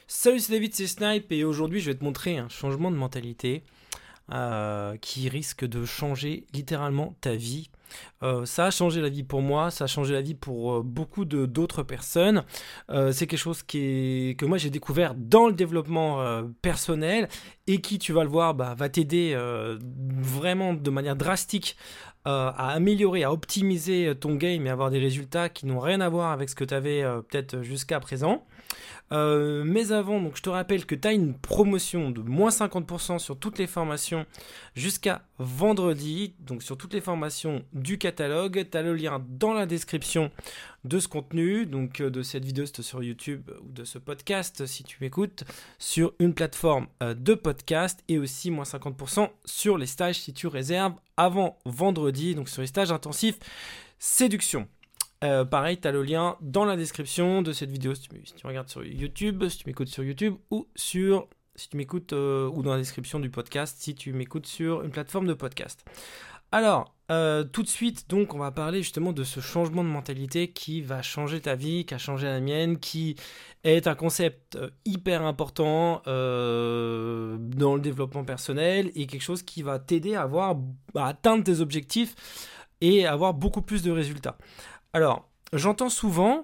Salut, c'est David, c'est Snipe, et aujourd'hui je vais te montrer un changement de mentalité qui risque de changer littéralement ta vie. Ça a changé la vie pour moi, ça a changé la vie pour beaucoup d'autres personnes. C'est quelque chose que moi j'ai découvert dans le développement personnel et qui, tu vas le voir, va t'aider vraiment de manière drastique à améliorer, à optimiser ton game et avoir des résultats qui n'ont rien à voir avec ce que tu avais peut-être jusqu'à présent. Mais avant, donc je te rappelle que tu as une promotion de moins 50% sur toutes les formations jusqu'à vendredi. Donc sur toutes les formations du catalogue, tu as le lien dans la description de ce contenu, donc de cette vidéo sur YouTube ou de ce podcast si tu m'écoutes sur une plateforme de podcast, et aussi moins 50% sur les stages si tu réserves avant vendredi, donc sur les stages intensifs séduction. Pareil, tu as le lien dans la description de cette vidéo si tu regardes sur YouTube, si tu m'écoutes sur YouTube, ou si tu m'écoutes ou dans la description du podcast si tu m'écoutes sur une plateforme de podcast. Alors, tout de suite, donc, on va parler justement de ce changement de mentalité qui va changer ta vie, qui a changé la mienne, qui est un concept hyper important dans le développement personnel et quelque chose qui va t'aider à atteindre tes objectifs et avoir beaucoup plus de résultats. Alors, j'entends souvent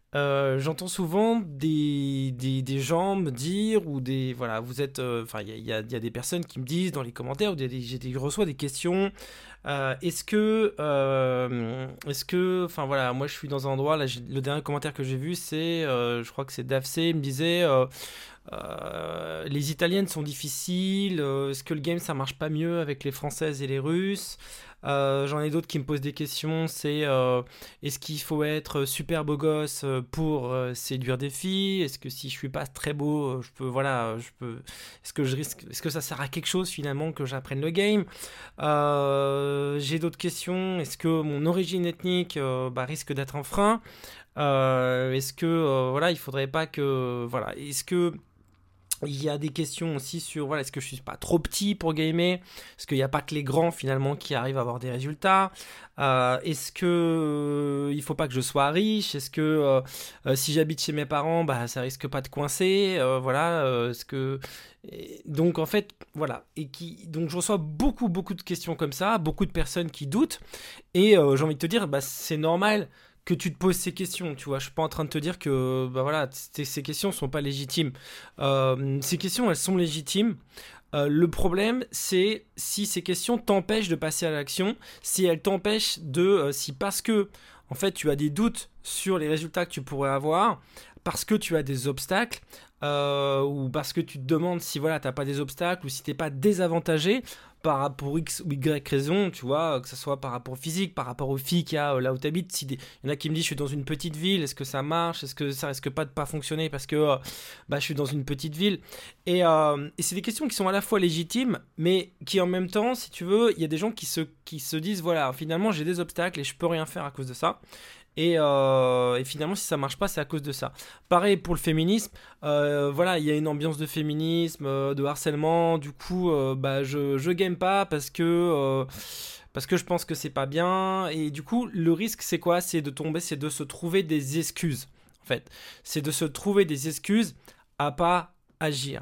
des gens me dire, ou voilà, vous êtes, il y a des personnes qui me disent dans les commentaires, ou je reçois des questions, enfin voilà, moi je suis dans un endroit, là, le dernier commentaire que j'ai vu, c'est, je crois que c'est Dafcé, il me disait, les Italiennes sont difficiles, est-ce que le game ça marche pas mieux avec les Françaises et les Russes? J'en ai d'autres qui me posent des questions, c'est est-ce qu'il faut être super beau gosse pour séduire des filles? Est-ce que si je suis pas très beau, est-ce que ça sert à quelque chose finalement que j'apprenne le game? J'ai d'autres questions, est-ce que mon origine ethnique risque d'être un frein? Est-ce que voilà, il faudrait pas que voilà, est-ce que il y a des questions aussi sur, voilà, est-ce que je suis pas trop petit pour gamer? Est-ce qu'il n'y a pas que les grands finalement qui arrivent à avoir des résultats? Est-ce que il faut pas que je sois riche? Est-ce que si j'habite chez mes parents, ça risque pas de coincer? Est-ce que donc en fait voilà, donc je reçois beaucoup de questions comme ça, beaucoup de personnes qui doutent, et j'ai envie de te dire, c'est normal que tu te poses ces questions, tu vois. Je suis pas en train de te dire que ces questions sont pas légitimes. Ces questions, elles sont légitimes. Le problème, c'est si ces questions t'empêchent de passer à l'action, si elles t'empêchent si parce que en fait tu as des doutes sur les résultats que tu pourrais avoir, parce que tu as des obstacles, ou parce que tu te demandes si voilà t'as pas des obstacles, ou si t'es pas désavantagé par rapport à X ou Y raison, tu vois, que ce soit par rapport au physique, par rapport aux filles qu'il y a là où tu habites. Il y en a qui me disent, je suis dans une petite ville, est-ce que ça marche? Est-ce que ça risque pas de pas fonctionner parce que je suis dans une petite ville? Et c'est des questions qui sont à la fois légitimes, mais qui en même temps, si tu veux, il y a des gens qui se disent, voilà, finalement j'ai des obstacles et je peux rien faire à cause de ça. Et finalement, si ça marche pas, c'est à cause de ça. Pareil pour le féminisme. Voilà, il y a une ambiance de féminisme, de harcèlement. Du coup, je game pas parce que je pense que c'est pas bien. Et du coup, le risque, c'est quoi? C'est de se trouver des excuses. En fait, c'est de se trouver des excuses à pas agir.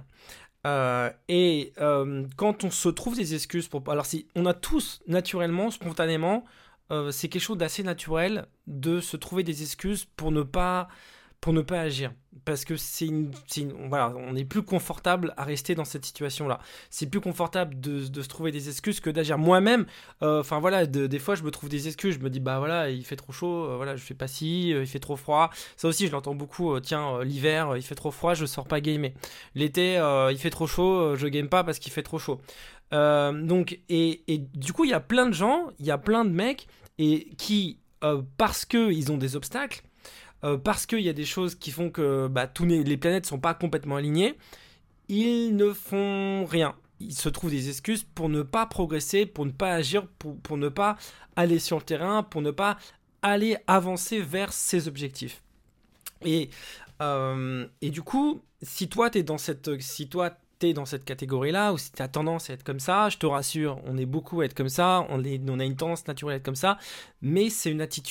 Quand on se trouve des excuses alors si on a tous naturellement, spontanément, c'est quelque chose d'assez naturel de se trouver des excuses pour ne pas agir, parce que voilà, on est plus confortable à rester dans cette situation-là. C'est plus confortable de se trouver des excuses que d'agir. Moi-même, des fois, je me trouve des excuses. Je me dis, voilà, il fait trop chaud, voilà, je fais pas ci, il fait trop froid. Ça aussi, je l'entends beaucoup. L'hiver, il fait trop froid, je sors pas gamer. L'été, il fait trop chaud, je game pas parce qu'il fait trop chaud. Et du coup, il y a plein de gens, il y a plein de mecs et qui, parce qu'ils ont des obstacles, parce qu'il y a des choses qui font que les planètes sont pas complètement alignées, ils ne font rien. Ils se trouvent des excuses pour ne pas progresser, pour ne pas agir, pour ne pas aller sur le terrain, pour ne pas aller avancer vers ses objectifs. Et du coup, si toi t'es dans cette catégorie-là, ou si tu as tendance à être comme ça, je te rassure, on est beaucoup à être comme ça, on a une tendance naturelle à être comme ça, mais c'est une attitude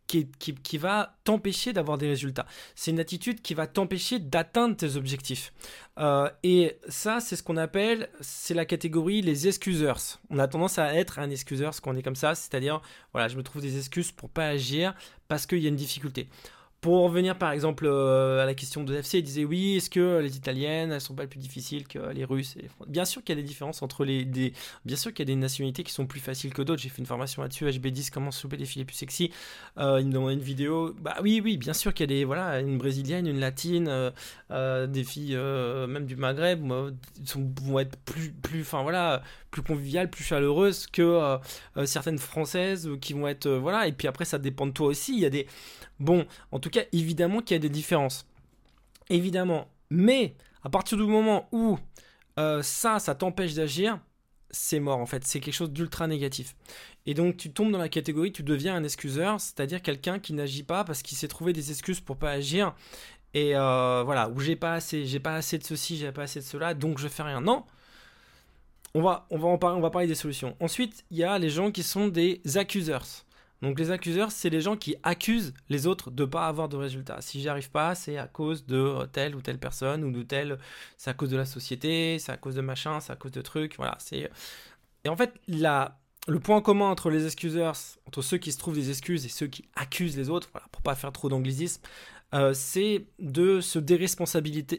qui va t'empêcher d'avoir des résultats. C'est une attitude qui va t'empêcher d'atteindre tes objectifs. Et ça, c'est ce qu'on appelle, c'est la catégorie les excuseurs. On a tendance à être un excuseur quand on est comme ça, c'est-à-dire, voilà, je me trouve des excuses pour pas agir parce qu'il y a une difficulté. Pour revenir par exemple à la question de FC, il disait oui, est-ce que les Italiennes, elles sont pas plus difficiles que les Russes et les Français? Bien sûr qu'il y a des différences entre bien sûr qu'il y a des nationalités qui sont plus faciles que d'autres. J'ai fait une formation là-dessus, HB10, comment souper des filles plus sexy. Il me demandait une vidéo. Bah oui, bien sûr qu'il y a voilà, une brésilienne, une latine, des filles même du Maghreb vont être enfin voilà, plus conviviales, plus chaleureuses que certaines françaises qui vont être voilà. Et puis après, ça dépend de toi aussi. Il y a des Bon, en tout cas, évidemment qu'il y a des différences. Évidemment. Mais, à partir du moment où ça t'empêche d'agir, c'est mort en fait. C'est quelque chose d'ultra négatif. Et donc, tu tombes dans la catégorie, tu deviens un excuseur, c'est-à-dire quelqu'un qui n'agit pas parce qu'il s'est trouvé des excuses pour pas agir. Et voilà, où j'ai pas assez de ceci, j'ai pas assez de cela, donc je fais rien. Non, on va parler des solutions. Ensuite, il y a les gens qui sont des accuseurs. Donc les accuseurs, c'est les gens qui accusent les autres de ne pas avoir de résultats. Si j'y arrive pas, c'est à cause de telle ou telle personne ou de telle, c'est à cause de la société, c'est à cause de machin, c'est à cause de trucs. Voilà. Et en fait, le point commun entre les excuseurs, entre ceux qui se trouvent des excuses et ceux qui accusent les autres, voilà, pour pas faire trop d'anglicisme, c'est de se déresponsabiliser,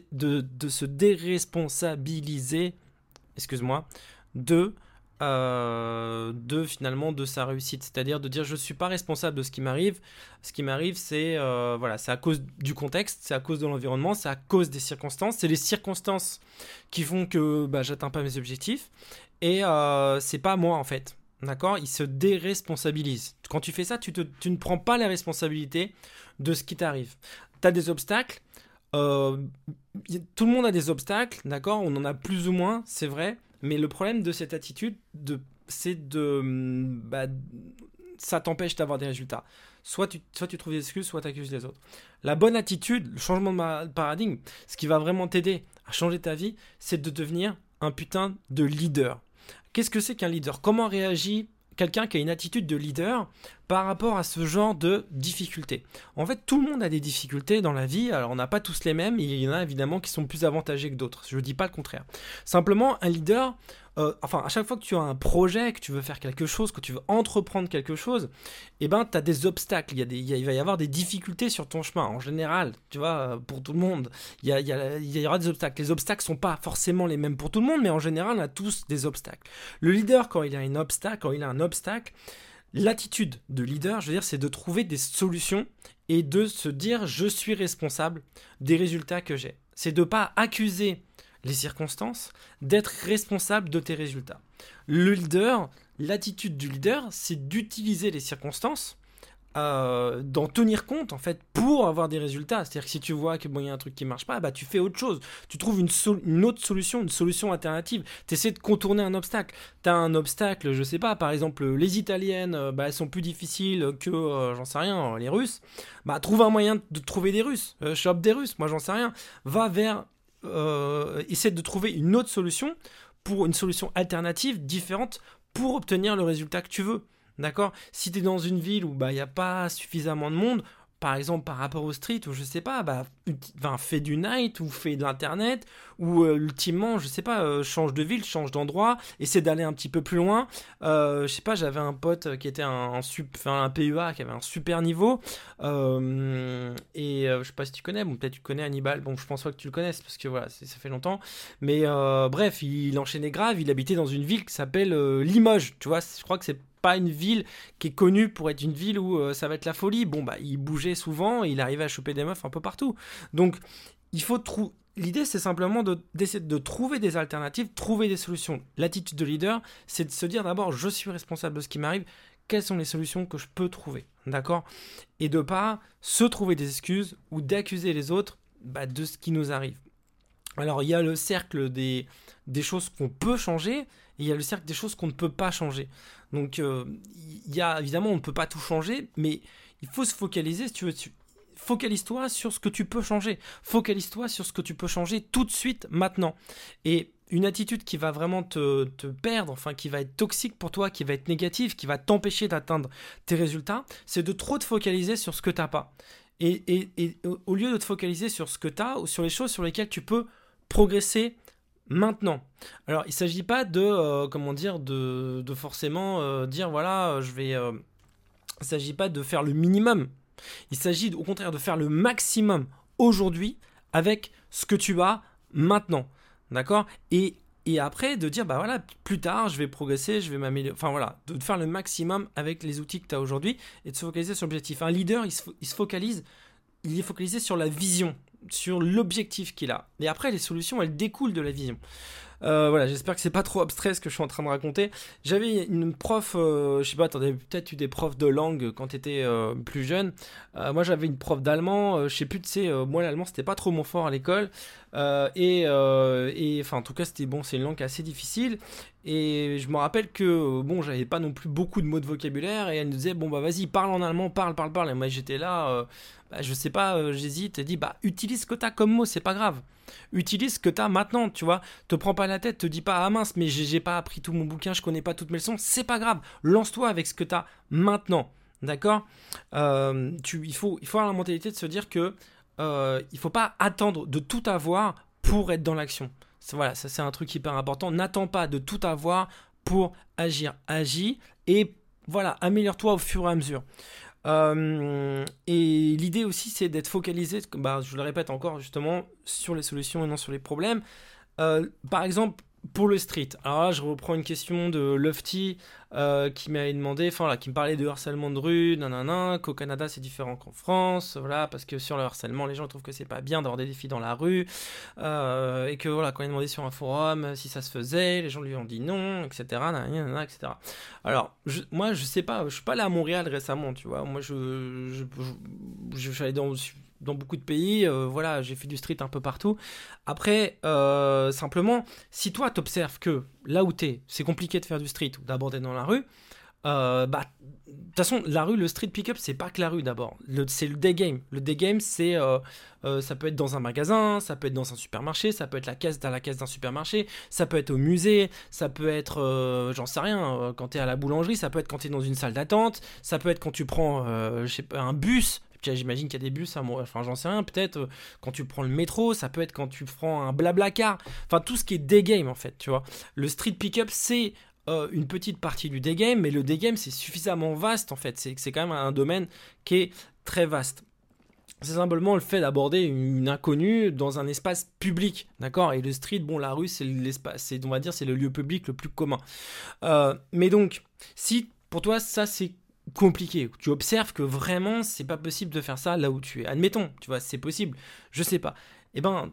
excuse-moi, finalement de sa réussite, c'est-à-dire de dire je suis pas responsable de ce qui m'arrive. Ce qui m'arrive, c'est voilà, c'est à cause du contexte, c'est à cause de l'environnement, c'est à cause des circonstances, c'est les circonstances qui font que j'atteins pas mes objectifs et c'est pas moi en fait. D'accord, il se déresponsabilise. Quand tu fais ça, tu ne prends pas la responsabilité de ce qui t'arrive. Tu as des obstacles. Tout le monde a des obstacles, d'accord, on en a plus ou moins, c'est vrai. Mais le problème de cette attitude, c'est ça t'empêche d'avoir des résultats. Soit tu trouves des excuses, soit tu accuses les autres. La bonne attitude, le changement de paradigme, ce qui va vraiment t'aider à changer ta vie, c'est de devenir un putain de leader. Qu'est-ce que c'est qu'un leader ? Comment réagit quelqu'un qui a une attitude de leader par rapport à ce genre de difficultés? En fait, tout le monde a des difficultés dans la vie, alors on n'a pas tous les mêmes, il y en a évidemment qui sont plus avantagés que d'autres, je ne dis pas le contraire. Simplement, un leader, à chaque fois que tu as un projet, que tu veux faire quelque chose, que tu veux entreprendre quelque chose, tu as des obstacles, il va y avoir des difficultés sur ton chemin, en général, tu vois, pour tout le monde, il y aura des obstacles. Les obstacles ne sont pas forcément les mêmes pour tout le monde, mais en général, on a tous des obstacles. Le leader, quand il a un obstacle, l'attitude de leader, je veux dire, c'est de trouver des solutions et de se dire je suis responsable des résultats que j'ai. C'est de ne pas accuser les circonstances, d'être responsable de tes résultats. Le leader, l'attitude du leader, c'est d'utiliser les circonstances, d'en tenir compte en fait pour avoir des résultats. C'est-à-dire que si tu vois qu'il y a un truc qui marche pas, tu fais autre chose. Tu trouves une autre solution, une solution alternative. Tu essaies de contourner un obstacle. Tu as un obstacle, je sais pas, par exemple les Italiennes, elles sont plus difficiles que, j'en sais rien, les Russes. Trouve un moyen de trouver des Russes. Chope des Russes, moi j'en sais rien. Va vers... essaie de trouver une autre solution, pour une solution alternative, différente, pour obtenir le résultat que tu veux. D'accord ? Si tu es dans une ville où il n'y a pas suffisamment de monde, par exemple par rapport au street, ou je sais pas, fais du night, ou fais de l'internet, ou ultimement, je sais pas, change de ville, change d'endroit, essaie d'aller un petit peu plus loin. Je sais pas, j'avais un pote qui était un PEA, qui avait un super niveau, et je sais pas si tu connais, peut-être tu connais Hannibal, je pense pas que tu le connaisses, parce que voilà, ça fait longtemps, mais bref, il enchaînait grave, il habitait dans une ville qui s'appelle Limoges, tu vois, je crois que c'est pas une ville qui est connue pour être une ville où ça va être la folie. Il bougeait souvent, il arrivait à choper des meufs un peu partout. Donc, il faut l'idée, c'est simplement d'essayer de trouver des alternatives, trouver des solutions. L'attitude de leader, c'est de se dire d'abord, je suis responsable de ce qui m'arrive, quelles sont les solutions que je peux trouver, d'accord ? Et de pas se trouver des excuses ou d'accuser les autres de ce qui nous arrive. Alors, il y a le cercle des choses qu'on peut changer, et il y a le cercle des choses qu'on ne peut pas changer. Donc, évidemment, on ne peut pas tout changer, mais il faut se focaliser, si tu veux, focalise-toi sur ce que tu peux changer. Focalise-toi sur ce que tu peux changer tout de suite, maintenant. Et une attitude qui va vraiment te perdre, enfin qui va être toxique pour toi, qui va être négative, qui va t'empêcher d'atteindre tes résultats, c'est de trop te focaliser sur ce que tu n'as pas. Et au lieu de te focaliser sur ce que tu as ou sur les choses sur lesquelles tu peux progresser maintenant. Alors, il ne s'agit pas de forcément dire voilà, il ne s'agit pas de faire le minimum. Il s'agit au contraire de faire le maximum aujourd'hui avec ce que tu as maintenant. D'accord ? Et après, de dire, bah voilà, plus tard, je vais progresser, je vais m'améliorer. Enfin voilà, de faire le maximum avec les outils que tu as aujourd'hui et de se focaliser sur l'objectif. Un leader, il est focalisé sur la vision, sur l'objectif qu'il a. Et après, les solutions, elles découlent de la vision. Voilà, j'espère que c'est pas trop abstrait ce que je suis en train de raconter. J'avais une prof, je sais pas, t'avais peut-être eu des profs de langue quand t'étais plus jeune. Moi j'avais une prof d'allemand, je sais plus, tu sais, moi l'allemand c'était pas trop mon fort à l'école. Et enfin en tout cas c'était bon, c'est une langue assez difficile. Et je me rappelle que bon, j'avais pas non plus beaucoup de mots de vocabulaire et elle nous disait bon bah vas-y parle en allemand, parle. Et moi j'étais là, je sais pas, j'hésite. Elle dit bah utilise ce que t'as comme mot, c'est pas grave. Utilise ce que t'as maintenant, tu vois. Te prends pas la tête, te dis pas ah mince, mais j'ai pas appris tout mon bouquin, je connais pas toutes mes leçons, c'est pas grave. Lance-toi avec ce que t'as maintenant, d'accord. Il faut avoir la mentalité de se dire que il faut pas attendre de tout avoir pour être dans l'action. Voilà, ça c'est un truc hyper important. N'attends pas de tout avoir pour agir. Agis et voilà, améliore-toi au fur et à mesure. Et l'idée aussi c'est d'être focalisé, bah, je le répète encore justement, sur les solutions et non sur les problèmes. Par exemple pour le street, alors là je reprends une question de Lofty qui m'avait demandé, enfin là, qui me parlait de harcèlement de rue, nanana, qu'au Canada c'est différent qu'en France, voilà, parce que sur le harcèlement les gens trouvent que c'est pas bien d'avoir des défis dans la rue, et que voilà, quand il a demandé sur un forum si ça se faisait, les gens lui ont dit non, etc. Nanana, etc. Alors moi je sais pas, je suis pas allé à Montréal récemment, tu vois, moi je suis allé dans beaucoup de pays, voilà, j'ai fait du street un peu partout. Après, simplement, si toi t'observes que là où t'es, c'est compliqué de faire du street ou d'aborder dans la rue, bah, de toute façon, la rue, le street pick-up, c'est pas que la rue d'abord. C'est le day game. Le day game, c'est, ça peut être dans un magasin, ça peut être dans un supermarché, ça peut être dans la caisse d'un supermarché, ça peut être au musée, ça peut être, j'en sais rien, quand t'es à la boulangerie, ça peut être quand t'es dans une salle d'attente, ça peut être quand tu prends, je sais pas, un bus. J'imagine qu'il y a des bus, enfin j'en sais rien, peut-être quand tu prends le métro, ça peut être quand tu prends un blablacar, enfin tout ce qui est day game en fait, tu vois. Le street pick-up c'est une petite partie du day game, mais le day game c'est suffisamment vaste en fait, c'est quand même un domaine qui est très vaste. C'est simplement le fait d'aborder une inconnue dans un espace public, d'accord. Et le street, bon, la rue, c'est l'espace, on va dire, c'est le lieu public le plus commun. Mais donc, si pour toi ça c'est compliqué, tu observes que vraiment c'est pas possible de faire ça là où tu es, admettons, tu vois, c'est possible, je sais pas, et ben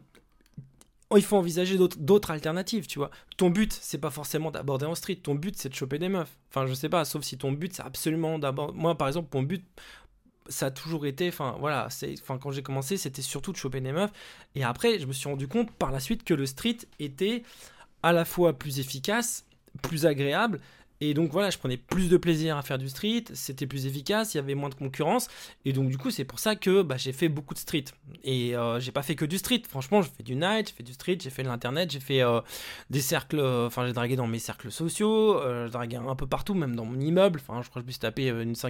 il faut envisager d'autres alternatives, tu vois. Ton but c'est pas forcément d'aborder en street, ton but c'est de choper des meufs, enfin je sais pas, sauf si ton but c'est absolument d'aborder. Moi par exemple mon but ça a toujours été, enfin voilà, quand j'ai commencé c'était surtout de choper des meufs, et après je me suis rendu compte par la suite que le street était à la fois plus efficace, plus agréable. Et donc voilà, je prenais plus de plaisir à faire du street, c'était plus efficace, il y avait moins de concurrence. Et donc du coup, c'est pour ça que j'ai fait beaucoup de street. Et j'ai pas fait que du street, franchement, j'ai fait du night, j'ai fait du street, j'ai fait de l'internet, j'ai fait des cercles, j'ai dragué dans mes cercles sociaux, j'ai dragué un peu partout, même dans mon immeuble. Enfin, je crois que je me suis tapé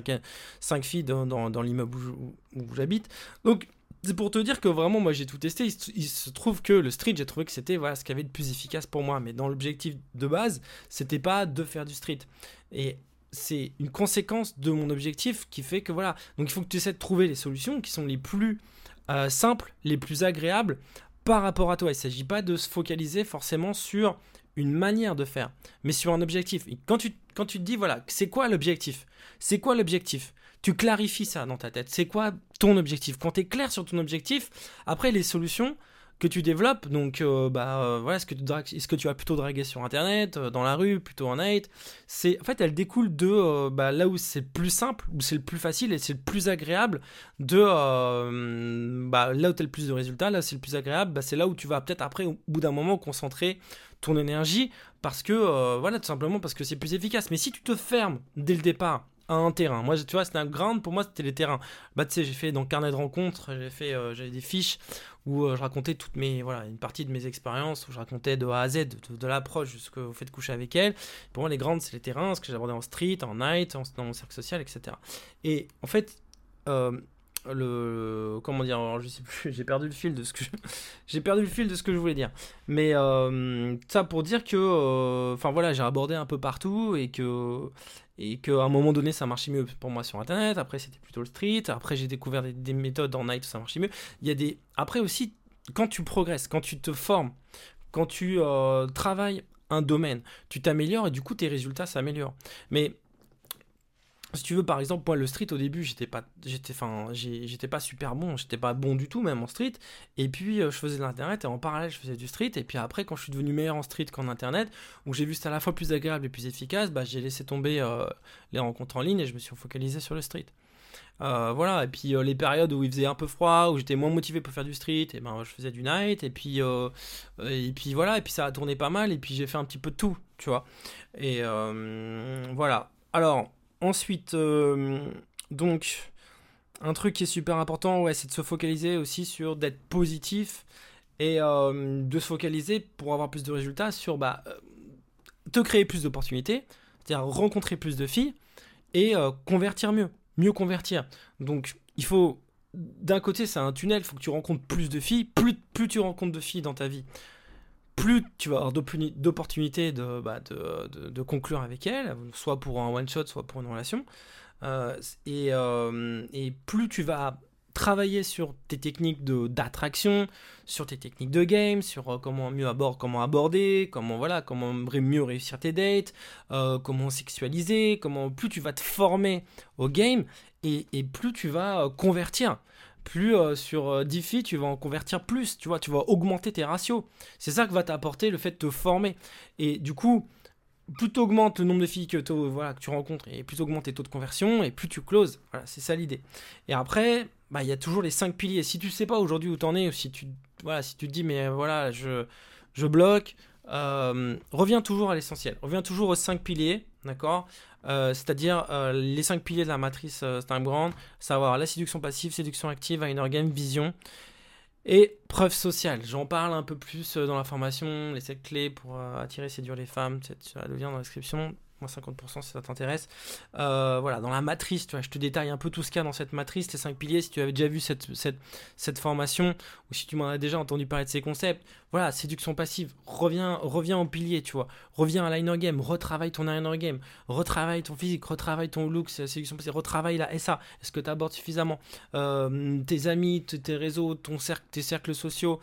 5 filles dans l'immeuble où j'habite. Donc c'est pour te dire que vraiment moi j'ai tout testé. Il se trouve que le street, j'ai trouvé que c'était ce qu'il y avait de plus efficace pour moi, mais dans l'objectif de base c'était pas de faire du street, et c'est une conséquence de mon objectif qui fait que voilà, donc il faut que tu essaies de trouver les solutions qui sont les plus simples, les plus agréables par rapport à toi. Il ne s'agit pas de se focaliser forcément sur une manière de faire, mais sur un objectif. Et quand tu te dis voilà, c'est quoi l'objectif, tu clarifies ça dans ta tête. C'est quoi ton objectif? Quand tu es clair sur ton objectif, après les solutions que tu développes, donc voilà, est-ce que tu vas plutôt draguer sur internet, dans la rue, plutôt en night, en fait elles découlent de là où c'est le plus simple, où c'est le plus facile et c'est le plus agréable de là où tu as le plus de résultats, là c'est le plus agréable, c'est là où tu vas peut-être après au bout d'un moment concentrer ton énergie, parce que voilà, tout simplement parce que c'est plus efficace. Mais si tu te fermes dès le départ à un terrain, moi tu vois, c'était un ground, pour moi c'était les terrains, tu sais, j'ai fait dans carnet de rencontres, j'avais des fiches où je racontais une partie de mes expériences, où je racontais de A à Z, de l'approche jusqu'au fait de coucher avec elle. Pour moi, les grandes, c'est les terrains, ce que j'abordais en street, en night, dans mon cercle social, etc. Et en fait, euh, comment dire, alors, je sais plus, j'ai perdu le fil de ce que j'ai perdu le fil de ce que je voulais dire. Mais ça pour dire que, enfin voilà, j'ai abordé un peu partout et qu'à un moment donné ça marchait mieux pour moi sur internet. Après c'était plutôt le street. Après j'ai découvert des méthodes en night où ça marchait mieux. Après aussi, quand tu progresses, quand tu te formes, quand tu travailles un domaine, tu t'améliores et du coup tes résultats s'améliorent. Mais si tu veux, par exemple, moi, le street, au début, j'étais pas super bon, j'étais pas bon du tout, même en street. Et puis, je faisais de l'internet et en parallèle, je faisais du street. Et puis après, quand je suis devenu meilleur en street qu'en internet, où j'ai vu que c'était à la fois plus agréable et plus efficace, bah, j'ai laissé tomber les rencontres en ligne et je me suis focalisé sur le street. Voilà, et puis les périodes où il faisait un peu froid, où j'étais moins motivé pour faire du street, et ben je faisais du night, et puis voilà, et puis ça a tourné pas mal, et puis j'ai fait un petit peu de tout, tu vois. Et voilà. Alors, ensuite, donc, un truc qui est super important, ouais, c'est de se focaliser aussi sur d'être positif et de se focaliser pour avoir plus de résultats sur te créer plus d'opportunités, c'est-à-dire rencontrer plus de filles et convertir mieux convertir. Donc il faut, d'un côté c'est un tunnel, il faut que tu rencontres plus de filles, plus tu rencontres de filles dans ta vie, plus tu vas avoir d'opportunités de conclure avec elles, soit pour un one shot, soit pour une relation. Et plus tu vas travailler sur tes techniques d'attraction, sur tes techniques de game, sur comment aborder, comment mieux réussir tes dates, comment sexualiser, plus tu vas te former au game et plus tu vas convertir. Plus sur 10 filles, tu vas en convertir plus, tu vois, tu vas augmenter tes ratios. C'est ça que va t'apporter le fait de te former. Et du coup, plus tu augmentes le nombre de filles que tu rencontres et plus tu augmentes tes taux de conversion et plus tu closes. Voilà, c'est ça l'idée. Et après, il y a toujours les 5 piliers. Si tu sais pas aujourd'hui où tu en es, ou si tu te dis, mais voilà, je bloque, reviens toujours à l'essentiel. Reviens toujours aux 5 piliers, d'accord. C'est-à-dire les 5 piliers de la matrice Steinbrand, savoir la séduction passive, séduction active, inner game, vision. Et preuve sociale, j'en parle un peu plus dans la formation, les 7 clés pour attirer, séduire les femmes, le lien dans la description, moins 50% si ça t'intéresse. Voilà, dans la matrice, tu vois, je te détaille un peu tout ce qu'il y a dans cette matrice, les 5 piliers, si tu avais déjà vu cette formation, ou si tu m'en as déjà entendu parler de ces concepts. Voilà, séduction passive, reviens au pilier, tu vois, reviens à l'inner game, retravaille ton inner game, retravaille ton physique, retravaille ton look, séduction passive, retravaille la SA, est-ce que tu abordes suffisamment tes amis, tes réseaux, tes cercles sociaux,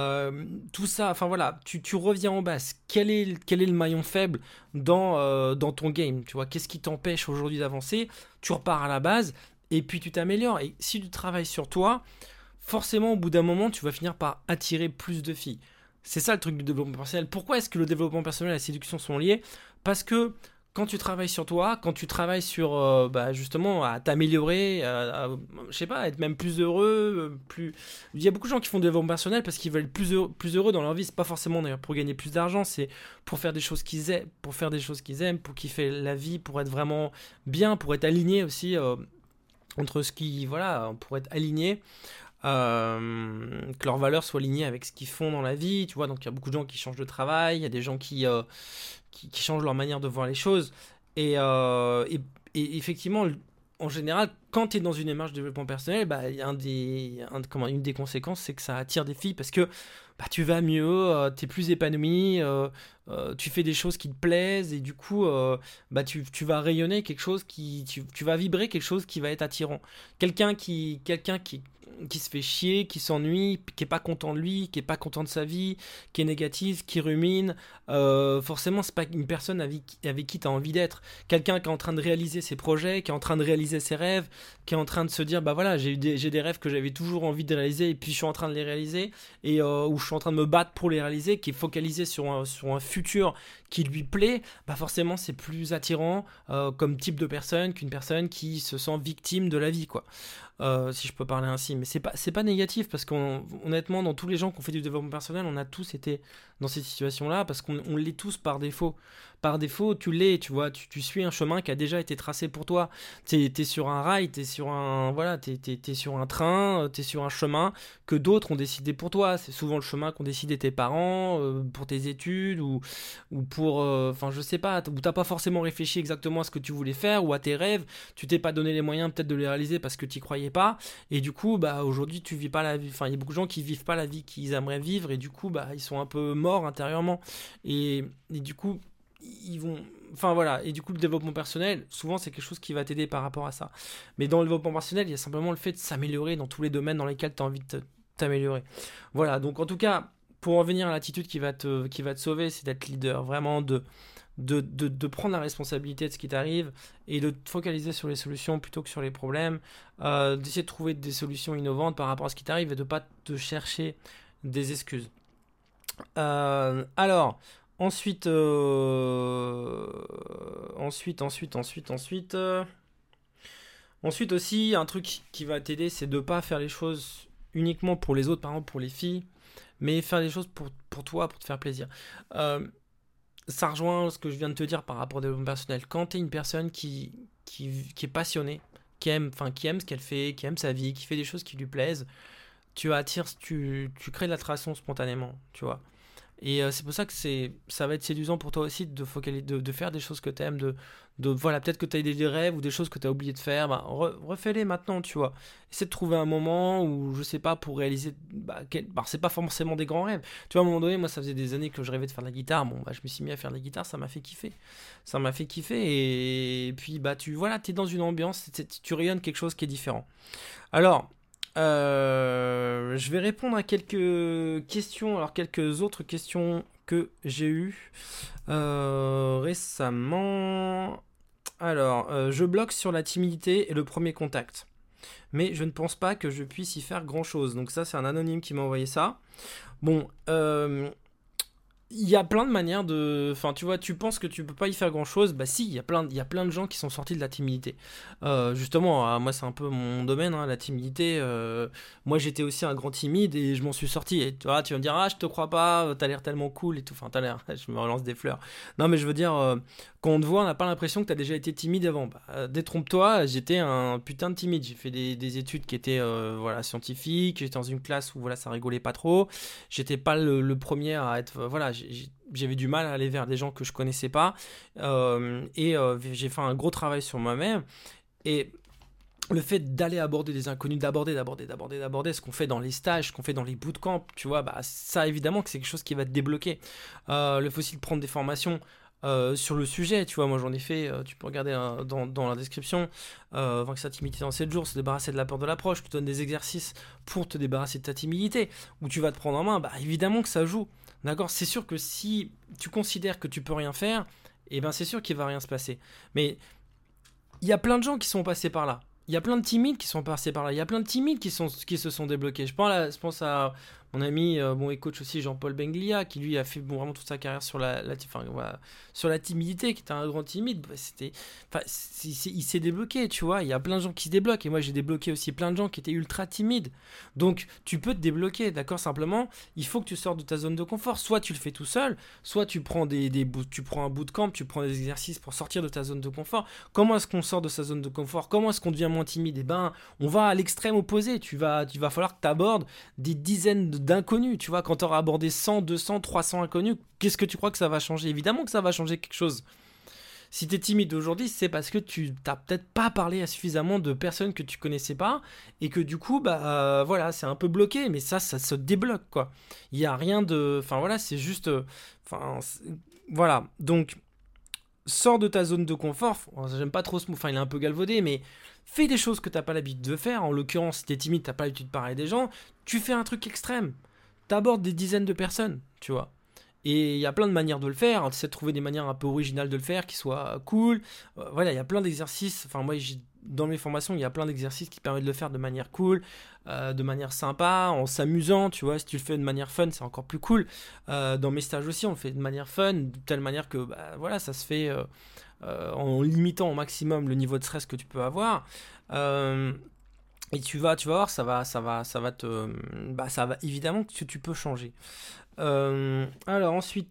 tout ça, enfin voilà, tu reviens en base, quel est le maillon faible dans ton game, tu vois, qu'est-ce qui t'empêche aujourd'hui d'avancer, tu repars à la base, et puis tu t'améliores, et si tu travailles sur toi, forcément, au bout d'un moment, tu vas finir par attirer plus de filles. C'est ça le truc du développement personnel. Pourquoi est-ce que le développement personnel et la séduction sont liés ? Parce que quand tu travailles sur toi, quand tu travailles sur justement à t'améliorer, je sais pas, être même plus heureux, il y a beaucoup de gens qui font du développement personnel parce qu'ils veulent être plus heureux dans leur vie. C'est pas forcément d'ailleurs pour gagner plus d'argent, c'est pour faire des choses qu'ils aiment, pour kiffer la vie, pour être vraiment bien, pour être aligné aussi entre pour être aligné. Que leurs valeurs soient alignées avec ce qu'ils font dans la vie, tu vois. Donc il y a beaucoup de gens qui changent de travail, il y a des gens qui changent leur manière de voir les choses, et effectivement, en général, quand tu es dans une démarche de développement personnel, une des conséquences, c'est que ça attire des filles parce que tu vas mieux, tu es plus épanoui, tu fais des choses qui te plaisent, et du coup, tu vas rayonner quelque chose tu vas vibrer quelque chose qui va être attirant. Quelqu'un qui se fait chier, qui s'ennuie, qui est pas content de lui, qui est pas content de sa vie, qui est négatif, qui rumine, forcément c'est pas une personne avec qui tu as envie d'être. Quelqu'un qui est en train de réaliser ses projets, qui est en train de réaliser ses rêves, qui est en train de se dire j'ai des rêves que j'avais toujours envie de réaliser et puis je suis en train de les réaliser, et où je suis en train de me battre pour les réaliser, qui est focalisé sur un futur qui lui plaît, forcément c'est plus attirant comme type de personne qu'une personne qui se sent victime de la vie, quoi. si je peux parler ainsi. Mais c'est pas négatif, parce qu'honnêtement, dans tous les gens qui ont fait du développement personnel, on a tous été dans cette situation-là, parce qu'on l'est tous par défaut. Par défaut, tu l'es, tu vois, tu suis un chemin qui a déjà été tracé pour toi. T'es sur un rail, t'es sur un train, t'es sur un chemin que d'autres ont décidé pour toi. C'est souvent le chemin qu'ont décidé tes parents, pour tes études, ou pour, enfin, je sais pas, où t'as pas forcément réfléchi exactement à ce que tu voulais faire, ou à tes rêves, tu t'es pas donné les moyens peut-être de les réaliser parce que t'y croyais pas, et du coup, bah, aujourd'hui, tu vis pas la vie, enfin, il y a beaucoup de gens qui vivent pas la vie qu'ils aimeraient vivre, et du coup, bah, ils sont un peu morts intérieurement, et du coup, ils vont, enfin voilà, et du coup le développement personnel souvent c'est quelque chose qui va t'aider par rapport à ça, mais dans le développement personnel il y a simplement le fait de s'améliorer dans tous les domaines dans lesquels tu as envie de t'améliorer. Voilà, donc en tout cas pour en venir à l'attitude qui va te sauver, c'est d'être leader, vraiment de prendre la responsabilité de ce qui t'arrive et de te focaliser sur les solutions plutôt que sur les problèmes, d'essayer de trouver des solutions innovantes par rapport à ce qui t'arrive et de pas te chercher des excuses. Alors, ensuite, ensuite aussi, un truc qui va t'aider, c'est de pas faire les choses uniquement pour les autres, par exemple pour les filles, mais faire les choses pour toi, pour te faire plaisir. Euh, Ça rejoint ce que je viens de te dire par rapport au développement personnel. Quand tu es une personne qui est passionnée, qui aime ce qu'elle fait, qui aime sa vie, qui fait des choses qui lui plaisent, tu crées de l'attraction spontanément, tu vois. Et c'est pour ça que ça va être séduisant pour toi aussi de faire des choses que tu aimes, voilà, peut-être que tu as des rêves ou des choses que tu as oublié de faire, bah, refais-les maintenant, tu vois. Essaie de trouver un moment où, je sais pas, pour réaliser, c'est pas forcément des grands rêves. Tu vois, à un moment donné, moi, ça faisait des années que je rêvais de faire de la guitare, bon, bah, je me suis mis à faire de la guitare, ça m'a fait kiffer. Ça m'a fait kiffer, et puis, bah, voilà, t'es dans une ambiance, tu rayonnes quelque chose qui est différent. Alors, je vais répondre à quelques questions, alors quelques autres questions que j'ai eues récemment. Alors, je bloque sur la timidité et le premier contact, mais je ne pense pas que je puisse y faire grand-chose. Donc ça, c'est un anonyme qui m'a envoyé ça. Bon, il y a plein de manières de... Enfin, tu vois, tu penses que tu peux pas y faire grand-chose. Bah si, il y a plein de gens qui sont sortis de la timidité. Justement, moi, c'est un peu mon domaine, hein, la timidité. Moi, j'étais aussi un grand timide et je m'en suis sorti. Et tu vois, tu vas me dire, ah, je te crois pas, t'as l'air tellement cool et tout. Enfin, t'as l'air... Je me relance des fleurs. Non, mais je veux dire, quand on te voit, on n'a pas l'impression que t'as déjà été timide avant. Bah, détrompe-toi, j'étais un putain de timide. J'ai fait des études qui étaient voilà, scientifiques. J'étais dans une classe où voilà, ça rigolait pas trop. J'étais pas le premier à être... Voilà, j'avais du mal à aller vers des gens que je connaissais pas, j'ai fait un gros travail sur moi-même, et le fait d'aller aborder des inconnus, d'aborder ce qu'on fait dans les stages, ce qu'on fait dans les bootcamps, tu vois, bah ça évidemment que c'est quelque chose qui va te débloquer. Le faut aussi de prendre des formations sur le sujet, tu vois, moi j'en ai fait, tu peux regarder dans la description, vaincre sa timidité dans 7 jours, se débarrasser de la peur de l'approche, je te donne des exercices pour te débarrasser de ta timidité, où tu vas te prendre en main, bah évidemment que ça joue, d'accord, c'est sûr que si tu considères que tu peux rien faire, et ben c'est sûr qu'il va rien se passer, mais il y a plein de gens qui sont passés par là. Il y a plein de timides qui sont passés par là. Il y a plein de timides qui se sont débloqués. Je pense à mon ami et coach aussi Jean-Paul Benglia, qui lui a fait vraiment toute sa carrière sur voilà, sur la timidité, qui était un grand timide. Bah, il s'est débloqué, tu vois. Il y a plein de gens qui se débloquent. Et moi, j'ai débloqué aussi plein de gens qui étaient ultra timides. Donc, tu peux te débloquer, d'accord. Simplement, il faut que tu sortes de ta zone de confort. Soit tu le fais tout seul, soit tu prends tu prends un bootcamp, tu prends des exercices pour sortir de ta zone de confort. Comment est-ce qu'on sort de sa zone de confort? Comment est-ce qu'on devient moins timide? Eh ben, on va à l'extrême opposé. Tu vas falloir que tu abordes des dizaines d'inconnus. Tu vois, quand tu auras abordé 100, 200, 300 inconnus, qu'est-ce que tu crois que ça va changer? Évidemment que ça va changer quelque chose. Si tu es timide aujourd'hui, c'est parce que tu n'as peut-être pas parlé à suffisamment de personnes que tu connaissais pas, et que du coup, voilà, c'est un peu bloqué, mais ça se débloque, quoi. Il n'y a rien de... Enfin, voilà, c'est juste... Voilà, donc... Sors de ta zone de confort, j'aime pas trop ce mot, enfin il est un peu galvaudé, mais fais des choses que t'as pas l'habitude de faire. En l'occurrence, si t'es timide, t'as pas l'habitude de parler à des gens, tu fais un truc extrême. T'abordes des dizaines de personnes, tu vois. Et il y a plein de manières de le faire, tu essaies de trouver des manières un peu originales de le faire, qui soient cool. Voilà, il y a plein d'exercices, enfin moi dans mes formations, il y a plein d'exercices qui permettent de le faire de manière cool, de manière sympa, en s'amusant, tu vois. Si tu le fais de manière fun, c'est encore plus cool. Dans mes stages aussi, on le fait de manière fun, de telle manière que voilà, ça se fait en limitant au maximum le niveau de stress que tu peux avoir. Et tu vas voir, ça va évidemment que tu peux changer. Alors ensuite,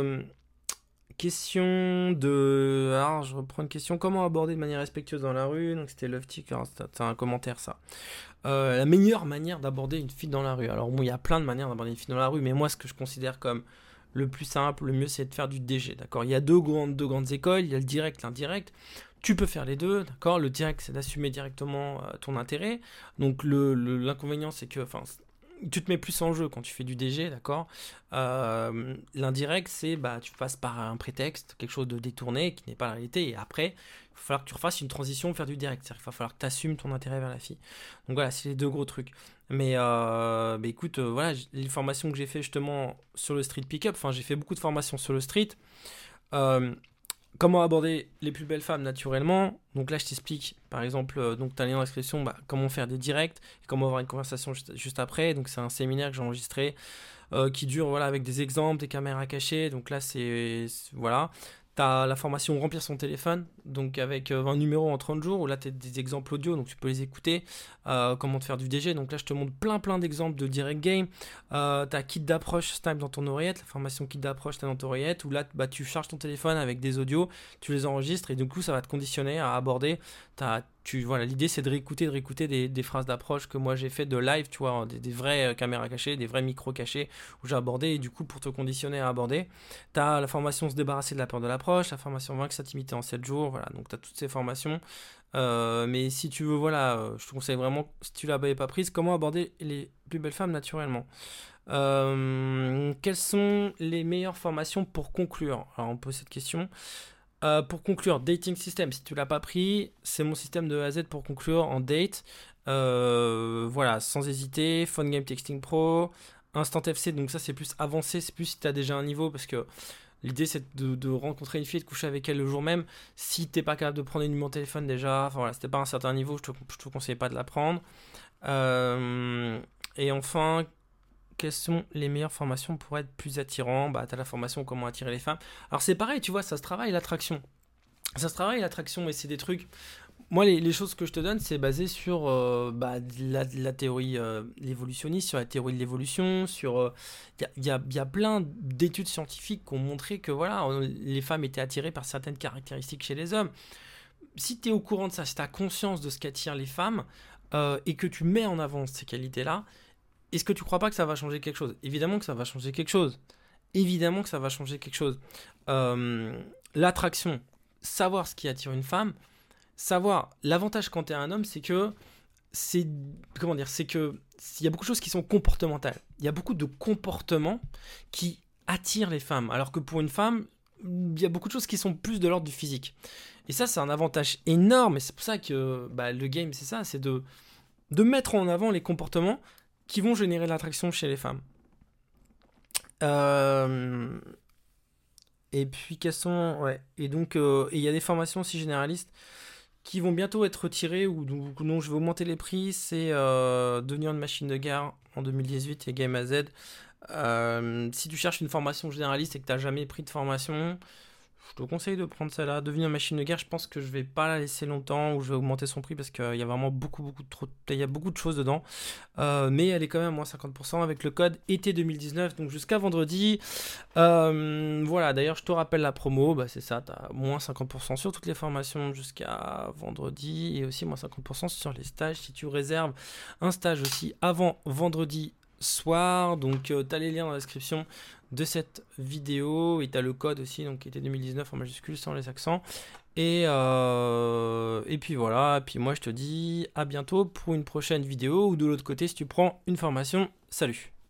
question de... Alors je reprends une question. Comment aborder de manière respectueuse dans la rue? Donc c'était Loftic, alors c'est un commentaire ça. La meilleure manière d'aborder une fille dans la rue. Alors bon, il y a plein de manières d'aborder une fille dans la rue, mais moi ce que je considère comme le plus simple, le mieux c'est de faire du DG, d'accord? Il y a deux grandes écoles, il y a le direct, l'indirect. Tu peux faire les deux, d'accord? Le direct, c'est d'assumer directement ton intérêt. Donc l'inconvénient, c'est que, enfin, tu te mets plus en jeu quand tu fais du DG, d'accord? L'indirect, c'est bah tu passes par un prétexte, quelque chose de détourné qui n'est pas la réalité, et après, il va falloir que tu refasses une transition vers du direct. C'est-à-dire qu'il va falloir que tu assumes ton intérêt vers la fille. Donc voilà, c'est les deux gros trucs. Mais écoute, voilà, les formations que j'ai fait justement sur le street pick-up, enfin, j'ai fait beaucoup de formations sur le street. Euh, Comment aborder les plus belles femmes naturellement. Donc là, je t'explique, par exemple, donc tu as les lien dans la description, bah, comment faire des directs, et comment avoir une conversation juste après. Donc c'est un séminaire que j'ai enregistré qui dure voilà, avec des exemples, des caméras cachées. Donc là, voilà. Tu as la formation Remplir son téléphone, donc avec 20 numéros en 30 jours, où là tu as des exemples audio, donc tu peux les écouter, comment te faire du DG. Donc là, je te montre plein d'exemples de direct game. Tu as kit d'approche Snap dans ton oreillette, la formation kit d'approche dans ton oreillette, où là bah, tu charges ton téléphone avec des audios, tu les enregistres, et du coup, ça va te conditionner à aborder. Voilà, l'idée c'est de réécouter des phrases d'approche que moi j'ai fait de live, tu vois, des vraies caméras cachées, des vrais micros cachés où j'ai abordé, et du coup pour te conditionner à aborder, tu as la formation se débarrasser de la peur de l'approche, la formation vaincre sa timidité en 7 jours, voilà, donc tu as toutes ces formations. Mais si tu veux, voilà, je te conseille vraiment, si tu l'avais pas prise, comment aborder les plus belles femmes naturellement. Quelles sont les meilleures formations pour conclure? Alors on pose cette question. Pour conclure, Dating System, si tu l'as pas pris, c'est mon système de A à Z pour conclure en date. Voilà, sans hésiter. Phone Game Texting Pro, Instant FC, donc ça c'est plus avancé, c'est plus si tu as déjà un niveau, parce que l'idée c'est de rencontrer une fille et de coucher avec elle le jour même. Si t'es pas capable de prendre une numéro de téléphone déjà, enfin voilà, si t'es pas à un certain niveau, je te conseille pas de la prendre. Et enfin, quelles sont les meilleures formations pour être plus attirant? Bah, t'as la formation comment attirer les femmes. Alors c'est pareil, tu vois, ça se travaille l'attraction. Ça se travaille l'attraction, et c'est des trucs. Moi, les choses que je te donne, c'est basé sur bah, la théorie évolutionniste, sur la théorie de l'évolution, sur. Il y a plein d'études scientifiques qui ont montré que voilà, les femmes étaient attirées par certaines caractéristiques chez les hommes. Si tu es au courant de ça, si tu as conscience de ce qu'attirent les femmes, et que tu mets en avant ces qualités-là, est-ce que tu crois pas que ça va changer quelque chose? Évidemment que ça va changer quelque chose. Évidemment que ça va changer quelque chose. Euh, L'attraction, savoir ce qui attire une femme, savoir l'avantage quand tu es un homme, c'est que c'est comment dire, c'est que il y a beaucoup de choses qui sont comportementales. Il y a beaucoup de comportements qui attirent les femmes, alors que pour une femme, il y a beaucoup de choses qui sont plus de l'ordre du physique. Et ça, c'est un avantage énorme. Et c'est pour ça que bah, le game, c'est ça, c'est de mettre en avant les comportements qui vont générer de l'attraction chez les femmes. Euh, et puis, quelles sont. Ouais. Et donc, il y a des formations aussi généralistes qui vont bientôt être retirées ou dont je vais augmenter les prix. C'est devenir une machine de guerre en 2018 et Game AZ. Si tu cherches une formation généraliste et que tu n'as jamais pris de formation, je te conseille de prendre celle-là. Devenir machine de guerre, je pense que je vais pas la laisser longtemps ou je vais augmenter son prix parce qu'il y a vraiment il y a beaucoup de choses dedans. Mais elle est quand même à moins 50% avec le code été 2019, donc jusqu'à vendredi. Voilà, d'ailleurs, je te rappelle la promo, bah, c'est ça, tu as moins 50% sur toutes les formations jusqu'à vendredi et aussi moins 50% sur les stages si tu réserves un stage aussi avant vendredi soir. Donc, tu as les liens dans la description de cette vidéo et tu as le code aussi, donc qui était 2019 en majuscule sans les accents. Et puis voilà, et puis moi je te dis à bientôt pour une prochaine vidéo ou de l'autre côté si tu prends une formation. Salut!